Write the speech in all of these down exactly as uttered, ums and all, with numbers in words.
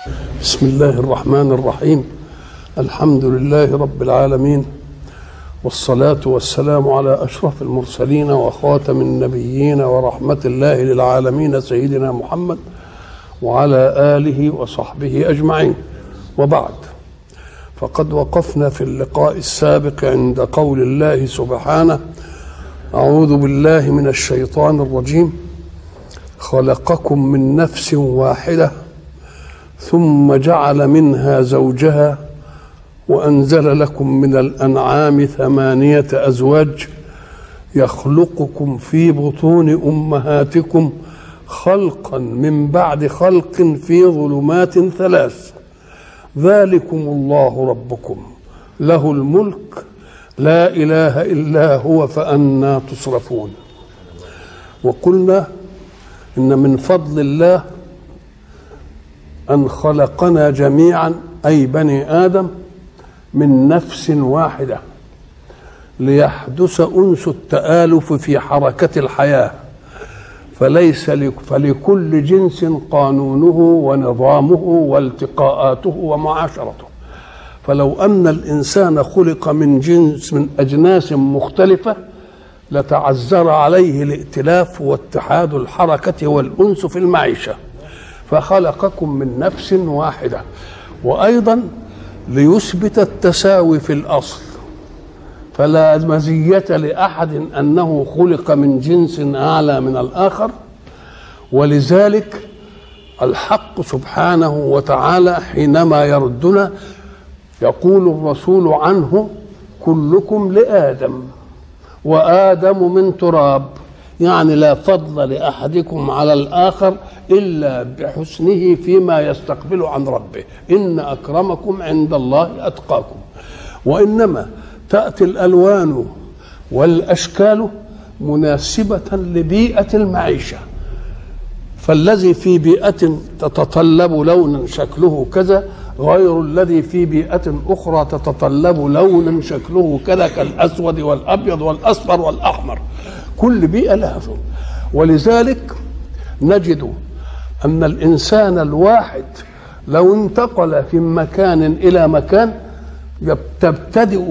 بسم الله الرحمن الرحيم. الحمد لله رب العالمين، والصلاة والسلام على أشرف المرسلين وخاتم النبيين ورحمة الله للعالمين سيدنا محمد وعلى آله وصحبه أجمعين. وبعد، فقد وقفنا في اللقاء السابق عند قول الله سبحانه: أعوذ بالله من الشيطان الرجيم، خلقكم من نفس واحدة ثم جعل منها زوجها وأنزل لكم من الأنعام ثمانية أزواج يخلقكم في بطون أمهاتكم خلقا من بعد خلق في ظلمات ثلاث، ذلكم الله ربكم له الملك لا إله إلا هو فأنى تصرفون. وقلنا إن من فضل الله أن خلقنا جميعا أي بني آدم من نفس واحدة ليحدث أنس التآلف في حركة الحياة، فليس فلكل جنس قانونه ونظامه والتقاءاته ومعاشرته. فلو أن الإنسان خلق من جنس من أجناس مختلفة لتعذر عليه الائتلاف واتحاد الحركة والأنس في المعيشة، فخلقكم من نفس واحدة. وأيضا ليثبت التساوي في الأصل، فلا مزية لأحد أنه خلق من جنس أعلى من الآخر. ولذلك الحق سبحانه وتعالى حينما يردنا يقول الرسول عنه: كلكم لآدم وآدم من تراب، يعني لا فضل لأحدكم على الآخر إلا بحسنه فيما يستقبل عن ربه، إن أكرمكم عند الله أتقاكم. وإنما تأتي الألوان والأشكال مناسبة لبيئة المعيشة، فالذي في بيئة تتطلب لونا شكله كذا غير الذي في بيئة أخرى تتطلب لونا شكله كذا، كالأسود والأبيض والأصفر والأحمر، كل بيئة لها فضل. ولذلك نجد أن الإنسان الواحد لو انتقل في مكان إلى مكان تبتدئ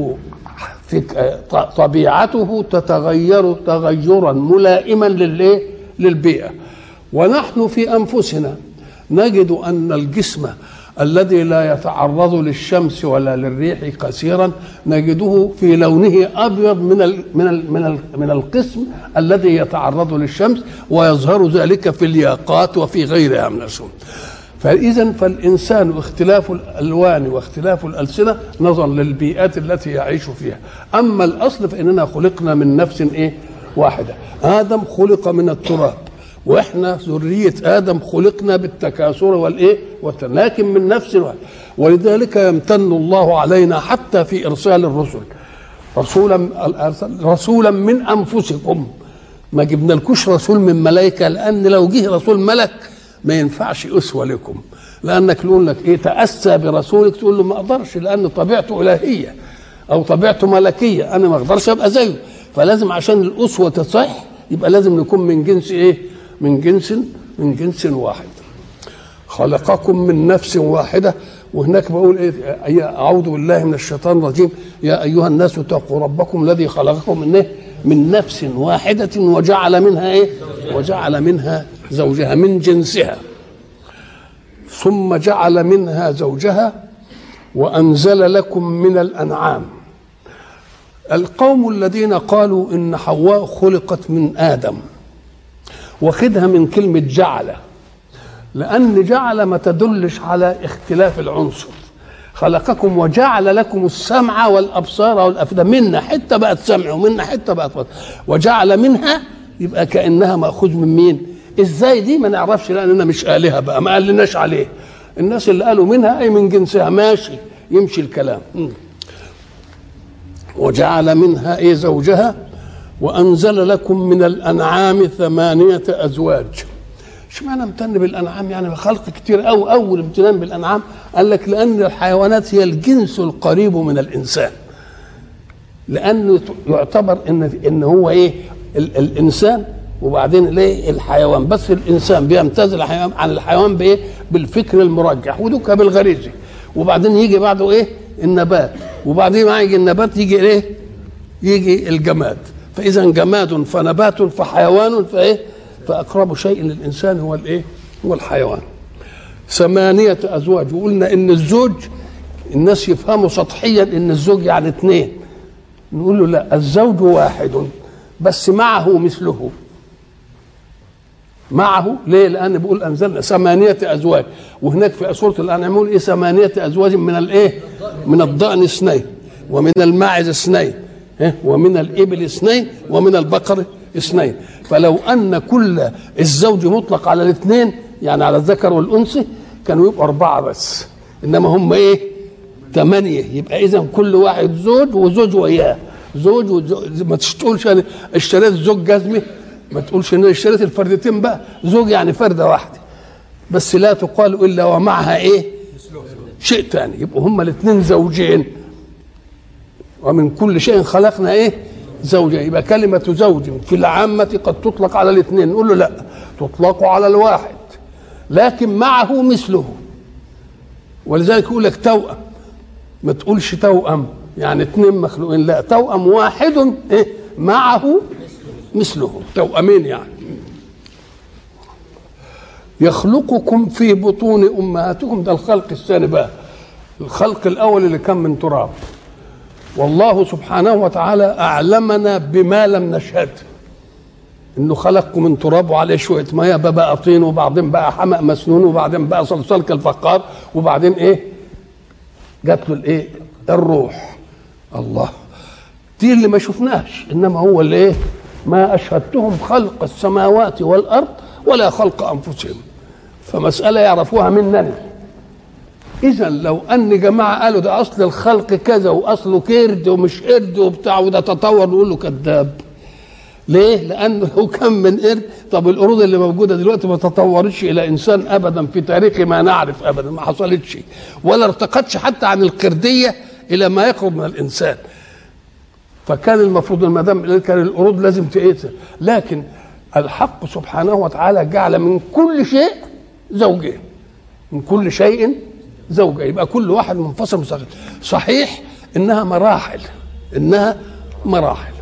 طبيعته تتغير تغيرا ملائما للإيه؟ للبيئة. ونحن في أنفسنا نجد أن الجسم الذي لا يتعرض للشمس ولا للريح كثيرا نجده في لونه أبيض من ال من ال من ال من القسم الذي يتعرض للشمس، ويظهر ذلك في الياقات وفي غيرها من الشمس. فإذا فالإنسان اختلاف الألوان واختلاف الألسنة نظرا للبيئات التي يعيش فيها. أما الأصل فإننا خلقنا من نفس إيه؟ واحدة. آدم خلق من التراب، واحنا ذرية آدم خلقنا بالتكاثر والايه لكن من نفس الوقت. ولذلك يمتن الله علينا حتى في إرسال الرسل، رسولا رسولا من أنفسكم، ما جبنا لكوش رسول من ملائكة، لأن لو جه رسول ملك ما ينفعش أسوة لكم، لأنك يقول لك إيه تأسى برسولك، تقول له ما أقدرش لأن طبيعته إلهية أو طبيعته ملكية، أنا ما أقدرش أبقى زيه. فلازم عشان الأسوة تصح يبقى لازم نكون من جنس إيه؟ من جنس من جنس واحد. خلقكم من نفس واحدة. وهناك بقول ايه؟ اعوذ بالله من الشيطان الرجيم، يا ايها الناس اتقوا ربكم الذي خلقكم من ايه؟ من نفس واحدة وجعل منها ايه؟ وجعل منها زوجها من جنسها، ثم جعل منها زوجها وانزل لكم من الانعام. القوم الذين قالوا ان حواء خلقت من آدم واخدها من كلمة جعل، لأن جعل ما تدلش على اختلاف العنصر. خلقكم وجعل لكم السمع والأبصار والأفئدة، منا حتة بقت سمع ومنا حتة بقت بصر، وجعل منها يبقى كأنها مأخوذ من مين؟ إزاي دي ما نعرفش، لأننا مش آلهة بقى، ما قالناش عليه. الناس اللي قالوا منها أي من جنسها، ماشي يمشي الكلام. وجعل منها إيه؟ زوجها وأنزل لكم من الأنعام ثمانية أزواج. اشمعنى امتن بالأنعام؟ يعني خلق كتير أو أول امتنان بالأنعام قال لك لأن الحيوانات هي الجنس القريب من الإنسان، لأنه يعتبر إن إن هو إيه؟ ال الإنسان وبعدين ليه الحيوان. بس الانسان بيمتاز الحيوان عن الحيوان بايه؟ بالفكر المرجح ودك بالغريزي. وبعدين يجي بعده ايه؟ النبات. وبعدين ما يجي النبات يجي ايه؟ يجي الجماد. فاذا جماد فنبات فحيوان فايه؟ فاقرب شيء للانسان هو الايه؟ هو الحيوان. ثمانية ازواج. وقلنا ان الزوج الناس يفهموا سطحيا ان الزوج يعني اثنين. نقول له لا، الزوج واحد بس معه مثله. معه ليه؟ لان بيقول انزلنا ثمانية ازواج، وهناك في سورة الانعام يقول ايه؟ ثمانية ازواج من الايه؟ من الضأن اثنين، ومن الماعز اثنين، ومن الابل اثنين، ومن البقر اثنين. فلو ان كل الزوج مطلق على الاثنين يعني على الذكر والانثى كانوا يبقوا اربعه بس، انما هم ايه؟ ثمانيه. يبقى اذا كل واحد زوج وزوج وياه، زوج وزوج. ما تقولش انا اشتريت زوج جزمه، ما تقولش ان اشتريت الفردتين بقى زوج يعني فرده واحده بس، لا تقال الا ومعها ايه؟ شيء ثاني. يبقوا هم الاثنين زوجين. ومن كل شيء خلقنا ايه؟ زوجين. يبقى كلمه زوج في العامه قد تطلق على الاثنين، نقول له لا، تطلق على الواحد لكن معه مثله. ولذلك يقول لك توأم، ما تقولش توأم يعني اثنين مخلوقين، لا، توأم واحد إيه؟ معه مثله، توأمين يعني. يخلقكم في بطون أمهاتكم، ده الخلق الثاني بقى. الخلق الأول اللي كان من تراب، والله سبحانه وتعالى أعلمنا بما لم نشهد، إنه خلقكم من تراب وعليه شوية مية بقى طين، وبعدين بقى حمأ مسنون، وبعدين بقى صلصال كالفخار، وبعدين إيه؟ جات له الإيه؟ الروح. الله، دي اللي ما شفناش، إنما هو اللي إيه؟ ما أشهدتهم خلق السماوات والأرض ولا خلق أنفسهم. فمسألة يعرفوها مننا. إذا لو أن جماعة قالوا ده أصل الخلق كذا وأصله كرد ومش قرد وبتاع وده تطور، نقول له كذاب. ليه؟ لأنه لو كان من قرد، طب القرود اللي موجودة دلوقتي ما تطورتش إلى إنسان أبدا في تاريخ ما نعرف أبدا، ما حصلتش، ولا ارتقتش حتى عن القردية إلى ما يقرب من الإنسان. فكان المفروض ما دام كان القرود لازم تقيسها، لكن الحق سبحانه وتعالى جعل من كل شيء زوجين، من كل شيء زوجين، يبقى كل واحد منفصل مستقل. صحيح انها مراحل، انها مراحل.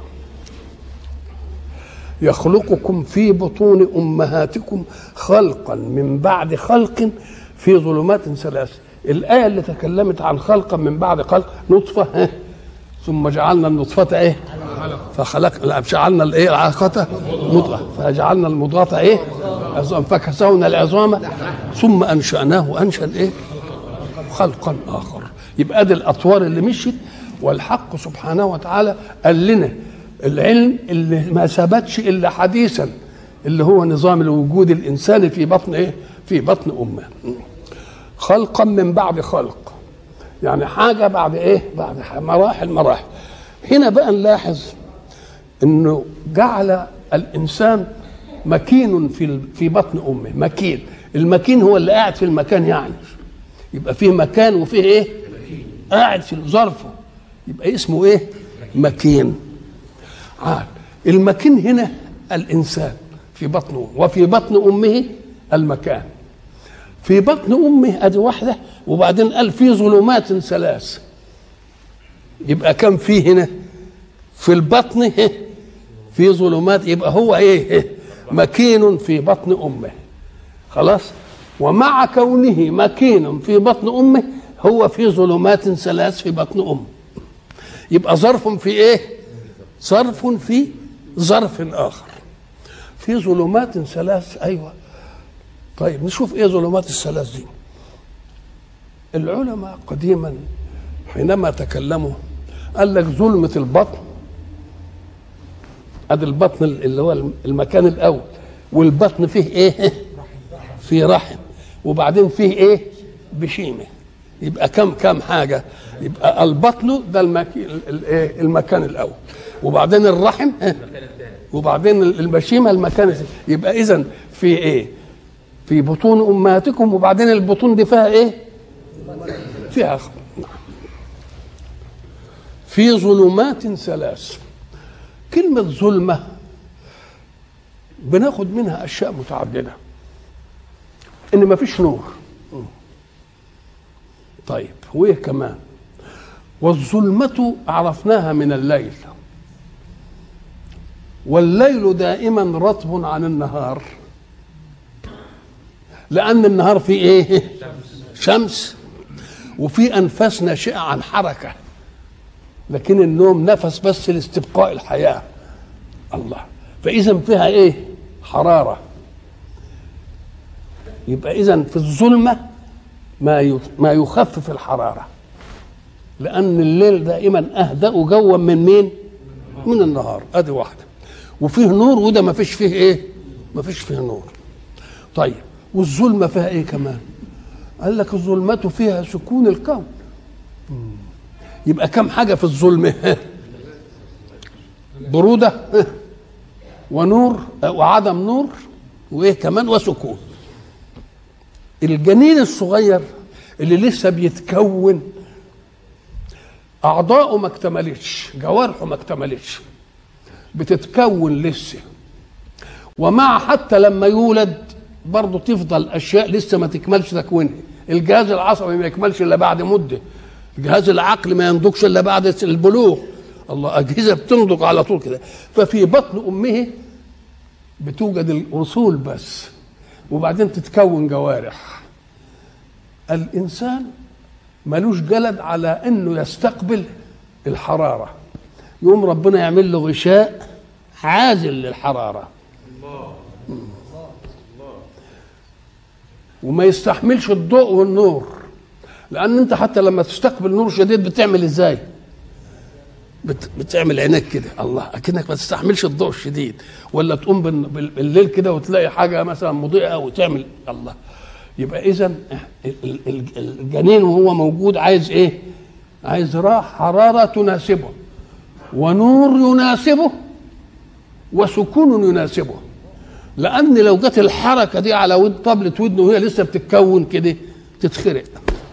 يخلقكم في بطون امهاتكم خلقا من بعد خلق في ظلمات ثلاث. الايه اللي تكلمت عن خلقا من بعد خلق نطفه، ثم جعلنا النطفه ايه؟ فخلق جعلنا الايه؟ العلاقه مضغه، فجعلنا المضغه ايه؟ عظام، فكسونا العظام ثم انشاناه انشا ايه؟ خلقا اخر. يبقى دي الاطوار اللي مشيت. والحق سبحانه وتعالى قال لنا العلم اللي ما ثبتش الا حديثا، اللي هو نظام الوجود الانساني في بطن ايه؟ في بطن امه. خلقا من بعد خلق، يعني حاجه بعد ايه؟ بعد مراحل مراحل. هنا بقى نلاحظ انه جعل الانسان مكين في في بطن امه. مكين، المكين هو اللي قاعد في المكان، يعني يبقى فيه مكان وفيه ايه؟ قاعد في ظرفه، يبقى اسمه ايه؟ مكين. عاد المكين هنا الانسان في بطنه، وفي بطن امه المكان. في بطن امه ادي واحده، وبعدين قال في ظلمات ثلاث. يبقى كم فيه هنا؟ في البطن في ظلمات، يبقى هو ايه؟ مكين في بطن امه. خلاص. ومع كونه مكين في بطن امه هو في ظلمات ثلاث في بطن امه. يبقى ظرف في ايه؟ ظرف في ظرف اخر. في ظلمات ثلاث. ايوه. طيب نشوف ايه ظلمات الثلاث دي. العلماء قديما حينما تكلموا قال لك ظلمة البطن، ادي البطن اللي هو المكان الاول، والبطن فيه ايه؟ في رحم، وبعدين فيه ايه؟ بشيمه. يبقى كم كم حاجه؟ يبقى البطن ده المكان الايه؟ المكان الاول، وبعدين الرحم، وبعدين البشيمه المكان الثاني. يبقى اذا في ايه؟ في بطون امهاتكم، وبعدين البطون دي فيها ايه؟ فيها خ... في ظلمات ثلاث. كلمه ظلمه بناخد منها اشياء متعدده، ان ما فيش نور. طيب وايه كمان؟ والظلمه عرفناها من الليل، والليل دائما رطب عن النهار، لان النهار فيه ايه؟ شمس، وفي انفاس ناشئه عن حركه، لكن النوم نفس بس لاستبقاء الحياه. الله، فاذا فيها ايه؟ حراره. يبقى اذا في الظلمه ما ما يخفف الحراره، لان الليل دائما اهدأ جوا من مين؟ من النهار. ادي واحده. وفيه نور، وده ما فيش فيه ايه؟ ما فيش فيه نور. طيب والظلمه فيها ايه كمان؟ قال لك الظلمه فيها سكون الكون. يبقى كم حاجه في الظلمه؟ بروده ونور وعدم نور وايه كمان؟ وسكون. الجنين الصغير اللي لسه بيتكون اعضاؤه ما اكتملتش، جوارحه ما اكتملتش، بتتكون لسه، ومع حتى لما يولد برضه تفضل اشياء لسه ما تكملش تكوينها. الجهاز العصبي ما يكملش الا بعد مده، الجهاز العقلي ما ينضجش الا بعد البلوغ. الله، اجهزه بتنضج على طول كده. ففي بطن امه بتوجد الاصول بس، وبعدين تتكون جوارح. الانسان ملوش جلد على انه يستقبل الحراره، يقوم ربنا يعمل له غشاء عازل للحراره، وما يستحملش الضوء والنور. لان انت حتى لما تستقبل نور شديد بتعمل ازاي؟ بت... بتعمل عينك كده، الله، اكنك ما تستحملش الضوء الشديد. ولا تقوم بالليل كده وتلاقي حاجه مثلا مضيئه وتعمل الله. يبقى اذا الجنين وهو موجود عايز ايه؟ عايز راح حراره تناسبه، ونور يناسبه، وسكون يناسبه. لان لو جت الحركه دي على ود طبله ودنه وهي لسه بتتكون كده تتخرق.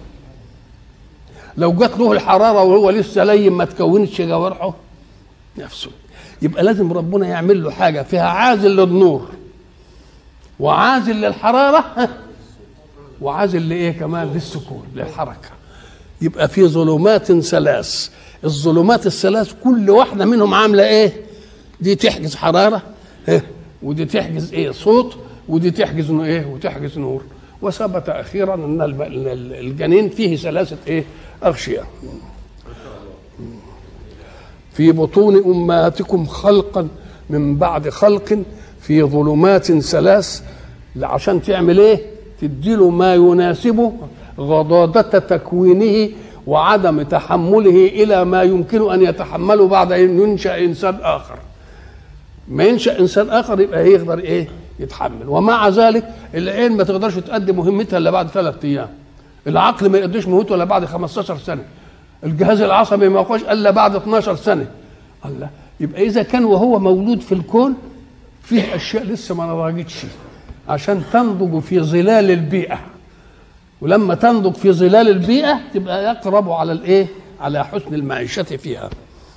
لو جت له الحراره وهو لسه لين ما تكونتش جوارحه نفسه. يبقى لازم ربنا يعمل له حاجه فيها عازل للنور، وعازل للحراره، وعازل لايه كمان؟ للسكون، للحركه. يبقى في ظلمات ثلاث. الظلمات الثلاث كل واحده منهم عامله ايه؟ دي تحجز حراره، ودي تحجز ايه؟ صوت، ودي تحجز ايه؟ وتحجز نور. وثبت اخيرا ان الجنين فيه ثلاثه ايه؟ اغشيه. في بطون امهاتكم خلقا من بعد خلق في ظلمات ثلاث، عشان تعمل ايه؟ تديله ما يناسبه غضاضة تكوينه وعدم تحمله الى ما يمكن ان يتحمله بعد ان ينشأ انسان اخر. ما ينشأ انسان اخر يبقى يقدر ايه؟ يتحمل. ومع ذلك العين ما تقدرش تؤدي مهمتها الا بعد ثلاث ايام، العقل ما يقدرش مهمته الا بعد خمستاشر سنه، الجهاز العصبي ما يقوش الا بعد اتناشر سنه. الله، يبقى اذا كان وهو مولود في الكون فيه اشياء لسه ما نضجتش عشان تنضج في ظلال البيئه، ولما تنضج في ظلال البيئه تبقى يقرب على الايه؟ على حسن المعيشه فيها.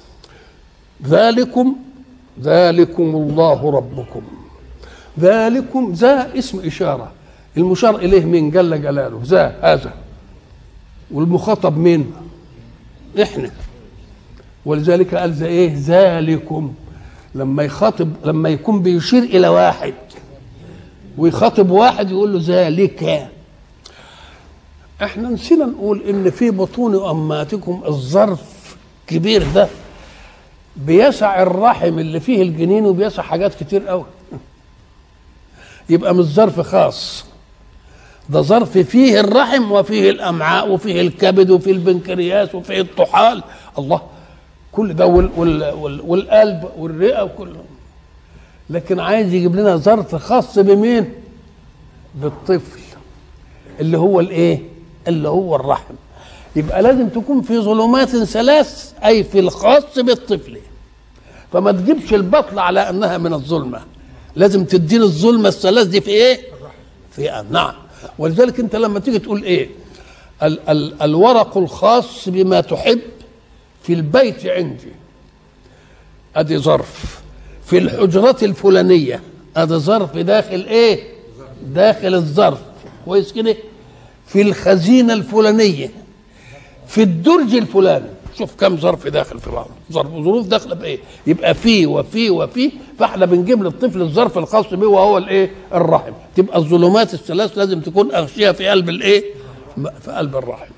ذلكم ذلكم الله ربكم. ذلكم ذا اسم اشاره، المشار اليه من جل جلاله، ذا هذا، والمخاطب مين؟ احنا. ولذلك قال ذا ايه؟ ذلكم. لما يخاطب، لما يكون بيشير الى واحد ويخاطب واحد يقول له ذلك. احنا نسينا نقول ان في بطون امهاتكم الظرف كبير ده بيسع الرحم اللي فيه الجنين وبيسع حاجات كتير قوي. يبقى مش ظرف خاص، ده ظرف فيه الرحم وفيه الامعاء وفيه الكبد وفيه البنكرياس وفيه الطحال، الله، كل ده وال وال وال والقلب والرئه وكله. لكن عايز يجيب لنا ظرف خاص بمين؟ بالطفل، اللي هو الايه؟ اللي هو الرحم. يبقى لازم تكون في ظلمات ثلاث، اي في الخاص بالطفل. فما تجيبش البطل على انها من الظلمه، لازم تدين الظلمه الثلاث دي في ايه؟ في أن. نعم. ولذلك انت لما تيجي تقول ايه؟ ال ال الورق الخاص بما تحب في البيت عندي، ادي ظرف. في الحجرة الفلانية هذا ظرف داخل ايه؟ داخل الظرف، كويس كده؟ في الخزينه الفلانيه، في الدرج الفلاني. شوف كم ظرف داخل في بعض، ظرف ظروف داخله بايه؟ يبقى في وفي وفي، فاحنا بنجيب للطفل الظرف الخاص به وهو الايه؟ الرحم. تبقى الظلمات الثلاث لازم تكون اغشيه في قلب الايه؟ في قلب الرحم.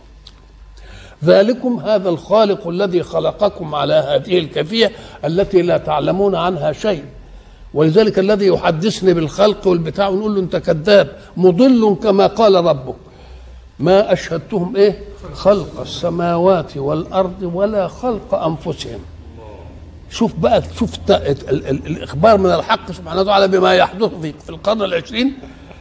ذلكم هذا الخالق الذي خلقكم على هذه الكيفيه التي لا تعلمون عنها شيء. ولذلك الذي يحدثني بالخلق والبتاع ونقول له انت كذاب، مضل كما قال ربك. ما اشهدتهم ايه؟ خلق السماوات والارض ولا خلق انفسهم. شوف بقى، شوف الاخبار من الحق سبحانه وتعالى بما يحدث في القرن العشرين.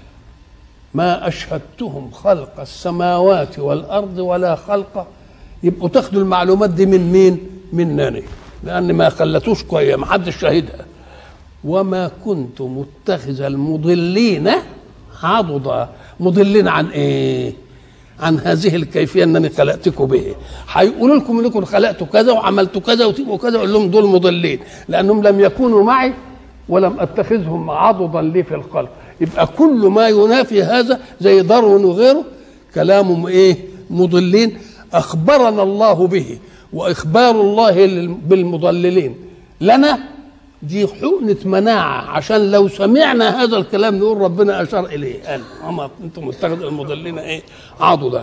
ما اشهدتهم خلق السماوات والارض ولا خلق. يبقوا تاخدوا المعلومات دي من مين؟ منني، لان ما خلتوش كويس، ما حدش شاهدها. وما كنت متخذ المضلين عضدا. مضلين عن ايه؟ عن هذه الكيفيه انني خلقتكم به. هيقولوا لكم انكم خلقتوا كذا وعملتوا كذا وتبقوا كذا، اقول لهم دول مضلين لانهم لم يكونوا معي ولم اتخذهم عضدا لي في الخلق. يبقى كل ما ينافي هذا زي داروين وغيره كلامهم ايه؟ مضلين. اخبرنا الله به، واخبار الله بالمضللين لنا دي حقنة مناعة، عشان لو سمعنا هذا الكلام نقول ربنا أشار إليه، قال أما أنتم متخذ المضلين إيه؟ عضدا.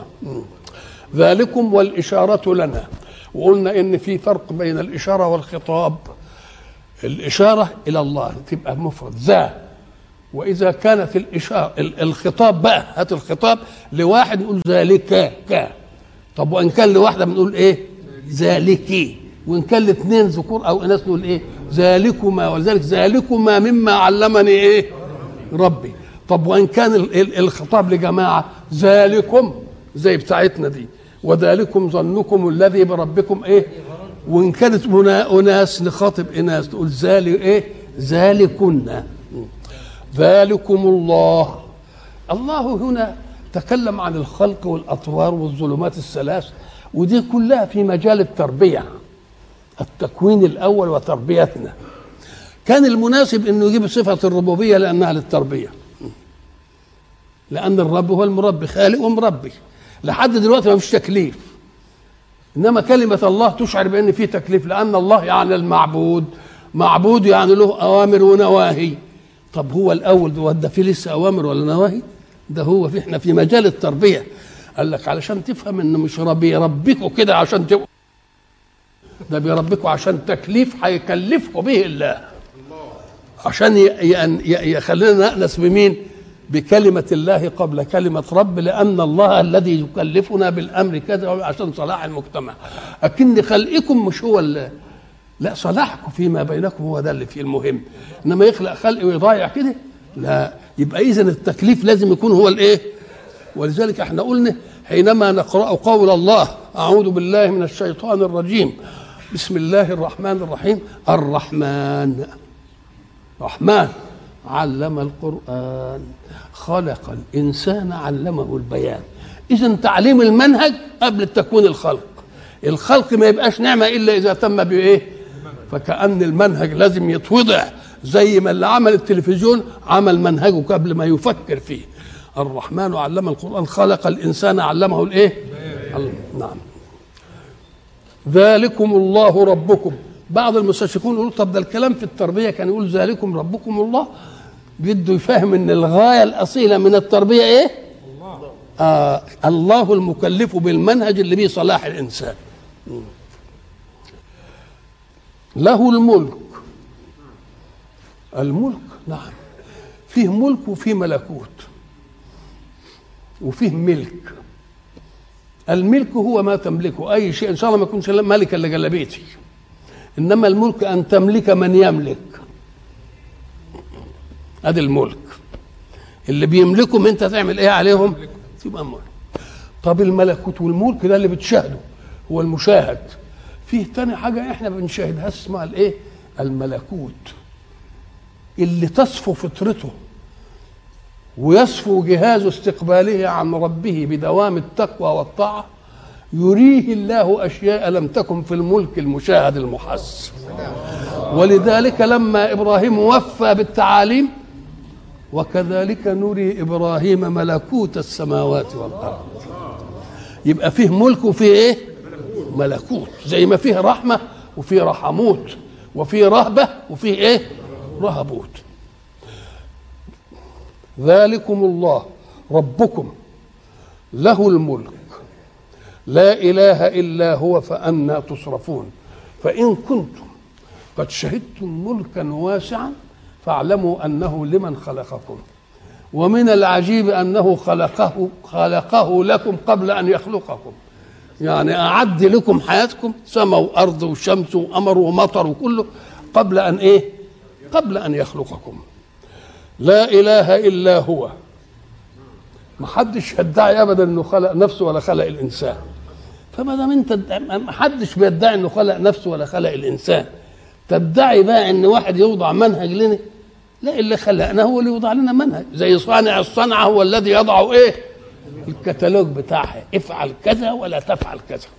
ذلكم والإشارة لنا. وقلنا إن في فرق بين الإشارة والخطاب. الإشارة إلى الله تبقى مفرد ذا، وإذا كانت الإشارة الخطاب بقى، هات الخطاب لواحد نقول ذلك كا. طب وإن كان لواحدة بنقول إيه؟ ذلكي. وإن كان لاثنين ذكور أو إناث نقول إيه؟ ذلكما. ولذلك ذلكما مما علمني إيه؟ ربي. طب وإن كان الخطاب لجماعة ذلكم زي بتاعتنا دي، وذلكم ظنكم الذي بربكم إيه؟ وإن كانت أناس نخاطب إناث تقول ذلك إيه؟ ذلكن. ذلكم الله. الله هنا تكلم عن الخلق والأطوار والظلمات الثلاث، ودي كلها في مجال التربية، التكوين الأول وتربيتنا. كان المناسب أنه يجيب صفة الربوبية لأنها للتربية، لأن الرب هو المربي، خالق ومربي. لحد دلوقتي ما فيش تكليف، إنما كلمة الله تشعر بأن في تكليف، لأن الله يعني المعبود، معبود يعني له أوامر ونواهي. طب هو الأول ده في لسه أوامر ولا نواهي؟ ده هو في احنا في مجال التربية. قال لك علشان تفهم إنه مش ربي يربكوا كده عشان تبقوا، ده بيربكوا عشان تكليف هيكلفكم به الله، عشان يخلينا نأنس بمين؟ بكلمة الله قبل كلمة رب، لأن الله الذي يكلفنا بالأمر كذا عشان صلاح المجتمع. أكن خلقكم مش هو اللي لا، صلاحكم فيما بينكم هو ده اللي فيه المهم. إنما يخلق خلق ويضايع كده لا. يبقى إذن التكليف لازم يكون هو الإيه؟ ولذلك احنا قلنا حينما نقرأ قول الله أعوذ بالله من الشيطان الرجيم بسم الله الرحمن الرحيم، الرحمن رحمن علم القرآن خلق الإنسان علمه البيان. إذن تعليم المنهج قبل التكوين الخلق. الخلق ما يبقاش نعمة إلا إذا تم بإيه؟ فكأن المنهج لازم يتوضع زي ما اللي عمل التلفزيون عمل منهجه قبل ما يفكر فيه. الرحمن علم القرآن خلق الإنسان علمه الإيه؟ نعم. ذلكم الله ربكم. بعض المستشرقون يقولوا طب ده الكلام في التربية كان يقول ذلكم ربكم الله، بده يفهم ان الغاية الأصيلة من التربية ايه؟ الله. آه الله المكلف بالمنهج اللي بيه صلاح الإنسان. له الملك. الملك نعم، فيه ملك وفيه ملكوت وفيه ملك. الملك هو ما تملكه أي شيء، إن شاء الله ما يكونش ملك إلا جلبيتي، إنما الملك أن تملك من يملك. هذا الملك اللي بيملكهم أنت تعمل إيه عليهم؟ تبقى ملك. طب الملكوت والملك ده اللي بتشاهده هو المشاهد. فيه تاني حاجة إحنا بنشاهدها اسمها الإيه؟ الملكوت، اللي تصفو فطرته ويصفو جهاز استقباله عن ربه بدوام التقوى والطاعة، يريه الله أشياء لم تكن في الملك المشاهد المحس. ولذلك لما إبراهيم وفى بالتعاليم وكذلك نري إبراهيم ملكوت السماوات والأرض، يبقى فيه ملك وفيه إيه؟ ملكوت، زي ما فيه رحمة وفيه رحموت وفيه رهبة وفيه إيه؟ رهبوت. ذلكم الله ربكم له الملك لا إله إلا هو فأنى تصرفون. فإن كنتم قد شهدتم ملكا واسعا فاعلموا أنه لمن خلقكم، ومن العجيب أنه خلقه خلقه لكم قبل أن يخلقكم، يعني أعد لكم حياتكم سماء وأرض وشمس وقمر ومطر وكله قبل أن إيه؟ قبل أن يخلقكم. لا إله إلا هو، ما حدش يدعي أبدا أنه خلق نفسه ولا خلق الإنسان. فما دام أنت ما حدش بيدعي أنه خلق نفسه ولا خلق الإنسان، تدعي بقى أن واحد يوضع منهج لنا؟ لا، اللي خلقنا هو اللي يوضع لنا منهج، زي صانع الصنعة هو الذي يضع إيه؟ الكتالوج بتاعها، افعل كذا ولا تفعل كذا.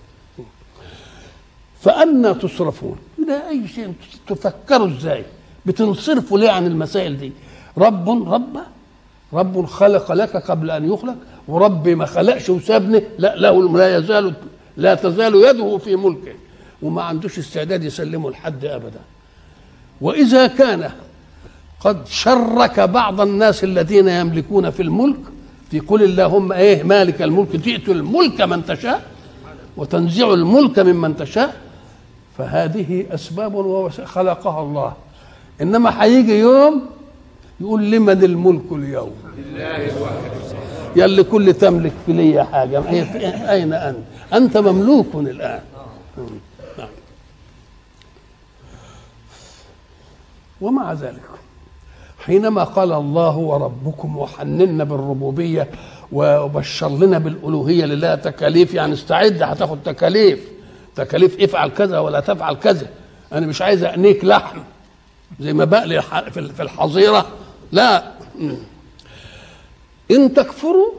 فأنا تصرفون؟ لا أي شيء، تفكروا إزاي؟ بتنصرفوا ليه عن المسائل دي؟ رب رب رب خلق لك قبل أن يخلق، ورب ما خلقش وسابني، لا له لا يزال لا تزال يده في ملكه، وما عندوش استعداد يسلمه لحد أبدا. وإذا كان قد شرك بعض الناس الذين يملكون في الملك في قل اللهم ايه مالك الملك تؤتي الملك من تشاء وتنزع الملك ممن تشاء، فهذه أسباب خلقها الله. إنما هيجي يوم يقول لمن الملك اليوم؟ يا اللي كل تملك في لي حاجة، أين أنت؟ أنت مملوك الآن. ومع ذلك حينما قال الله وربكم وحننا بالربوبية وبشر لنا بالألوهية لله تكاليف، يعني استعد هتاخد تكاليف، تكاليف افعل كذا ولا تفعل كذا. أنا مش عايز أنيك لحم زي ما بقلي في الحظيرة، لا. إن تكفروا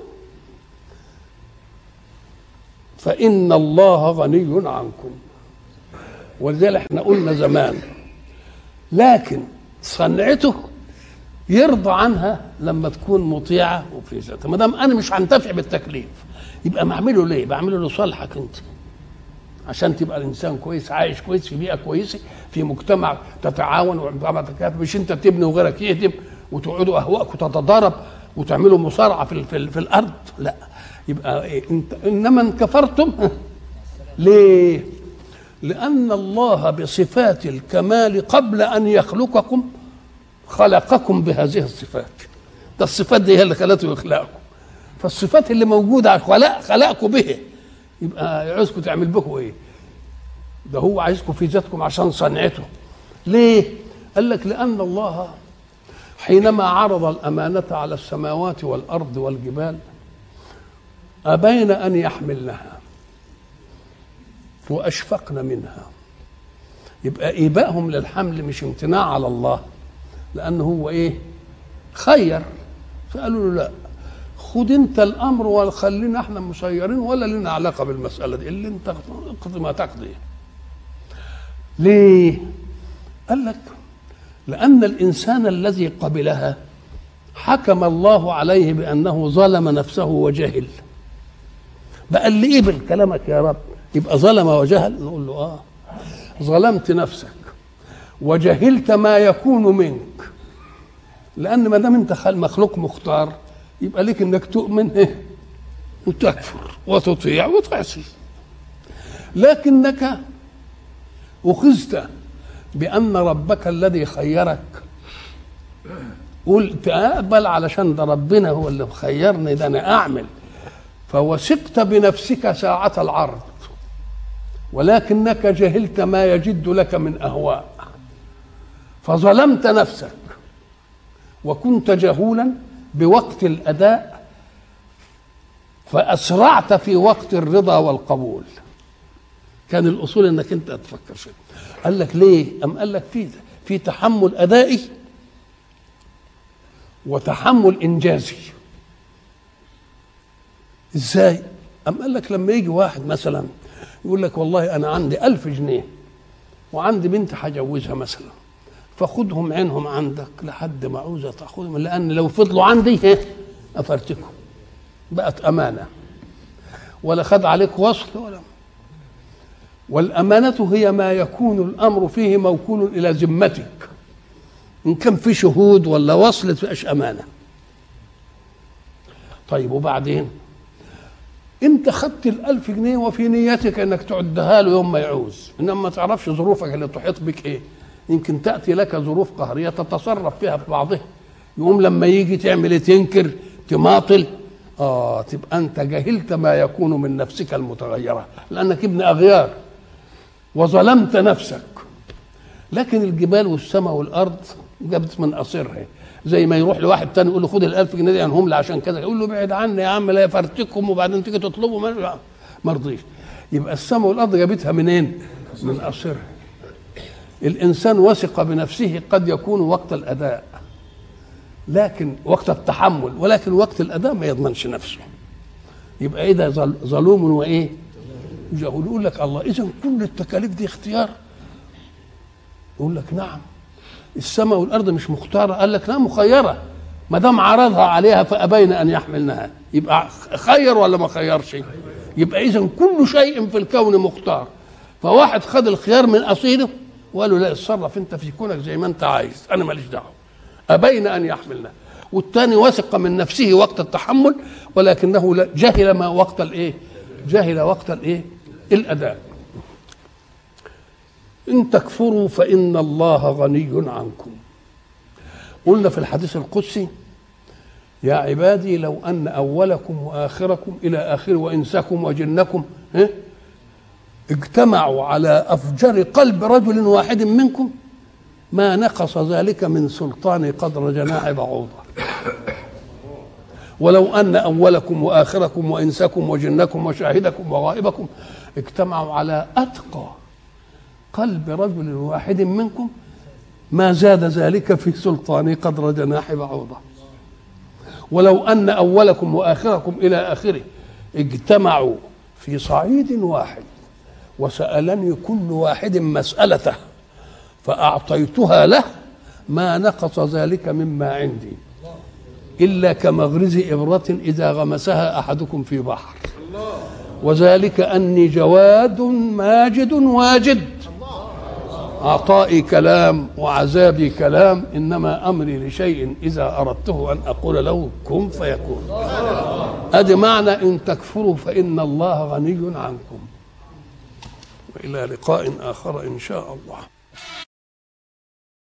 فإن الله غني عنكم. ولذلك احنا قلنا زمان، لكن صنعته يرضى عنها لما تكون مطيعة وفي ذاتها. ما دام أنا مش هنتفع بالتكليف يبقى ما أعمله ليه؟ بعمله لصالحك أنت، عشان تبقى الإنسان كويس، عايش كويس في بيئة كويسة، في مجتمع تتعاون ومجتمع تكافئ، مش أنت تبني وغيرك يهدم وتقعدوا أهواءك وتتضارب وتعملوا مصارعة في, في, في الأرض. لا، يبقى إيه؟ انت إنما ان كفرتم ليه؟ لأن الله بصفات الكمال قبل أن يخلقكم خلقكم بهذه الصفات. ده الصفات دي هي اللي خلته يخلقكم، فالصفات اللي موجودة خلق خلقكم به، يبقى عايزكم تعمل بكم ايه؟ ده هو عايزكم في ذاتكم عشان صنعته. ليه؟ قال لك لأن الله حينما عرض الأمانة على السماوات والأرض والجبال أبين أن يحملنها وأشفقن منها. يبقى إيبائهم للحمل مش امتناع على الله، لأنه هو إيه؟ خير. فقالوا له لا، خد انت الامر وخلينا احنا مسيرين ولا لنا علاقه بالمساله دي، اللي انت اقضي ما تقضي. ليه؟ قال لك لان الانسان الذي قبلها حكم الله عليه بانه ظلم نفسه وجهل. بقى اللي قبل كلامك يا رب يبقى ظلم وجهل؟ نقول له اه، ظلمت نفسك وجهلت ما يكون منك، لان ما دام انت مخلوق مختار يبقى لك انك تؤمن ايه وتكفر وتطيع وتعصي. لكنك اخذت بان ربك الذي خيرك، قلت اقبل علشان ده ربنا هو اللي مخيرني، ده انا اعمل. فوثقت بنفسك ساعة العرض، ولكنك جهلت ما يجد لك من اهواء، فظلمت نفسك وكنت جهولا بوقت الأداء، فأسرعت في وقت الرضا والقبول. كان الأصول أنك أنت تفكر شيء. قال لك ليه؟ أم قال لك في في تحمل أدائي وتحمل إنجازي. إزاي؟ أم قال لك لما يجي واحد مثلا يقول لك والله أنا عندي ألف جنيه وعندي بنت هجوزها مثلا، فخدهم عينهم عندك لحد ما عاوزة تاخذهم، لأن لو فضلوا عندي أفرتكم، بقت أمانة ولا خد عليك وصل ولا. والأمانة هي ما يكون الأمر فيه موكول إلى ذمتك، إن كان في شهود ولا وصل تبقاش أمانة. طيب وبعدين أنت خدت الألف جنيه وفي نيتك أنك تعدها له يوم ما يعوز، إنما ما تعرفش ظروفك اللي تحيط بك إيه. يمكن تأتي لك ظروف قهرية تتصرف فيها في بعضها، يقوم لما يجي تعمل إيه؟ تنكر، تماطل. آه تبقى أنت جهلت ما يكون من نفسك المتغيرة، لأنك ابن أغيار وظلمت نفسك. لكن الجبال والسماء والأرض جابت من قصرها، زي ما يروح لواحد تاني يقول له خد الألف جنيه دي عنهم لي عشان كذا، يقول له بعد عني يا عم لا يفرتكم، وبعدين تيجي تطلبوا ما رضيش. يبقى السماء والأرض جابتها منين؟ من قصرها. الإنسان وثق بنفسه قد يكون وقت الأداء، لكن وقت التحمل، ولكن وقت الأداء ما يضمنش نفسه. يبقى إيه ده؟ ظلوم وإيه؟ جهول. يقول لك الله إذا كل التكاليف دي اختيار؟ يقول لك نعم. السماء والأرض مش مختارة؟ قال لك لا مخيرة، ما دام عرضها عليها فأبين أن يحملنها. يبقى خير ولا ما خيرش؟ يبقى إذا كل شيء في الكون مختار. فواحد خد الخيار من أصيله وقالوا لا اتصرف انت في كونك زي ما انت عايز، انا ماليش دعوه، ابين ان يحملنا. والثاني وثق من نفسه وقت التحمل، ولكنه جهل ما وقت الايه؟ جهل وقت الايه؟ الاداء. ان تكفروا فان الله غني عنكم. قلنا في الحديث القدسي يا عبادي لو ان اولكم واخركم الى اخره وانسكم وجنكم ها اجتمعوا على أفجر قلب رجل واحد منكم ما نقص ذلك من سلطان قدر جناح بعوضة. ولو أن أولكم وآخركم وإنسكم وجنكم وشاهدكم وغائبكم اجتمعوا على أتقى قلب رجل واحد منكم ما زاد ذلك في سلطان قدر جناح بعوضة. ولو أن أولكم وآخركم إلى آخره اجتمعوا في صعيد واحد وسألني كل واحد مسألته فأعطيتها له ما نقص ذلك مما عندي إلا كمغرز إبرة إذا غمسها أحدكم في بحر، وذلك أني جواد ماجد واجد، عطائي كلام وعذابي كلام، إنما أمري لشيء إذا أردته أن أقول له كن فيكون. هذا معنى إن تكفروا فإن الله غني عنكم. وإلى لقاء آخر إن شاء الله.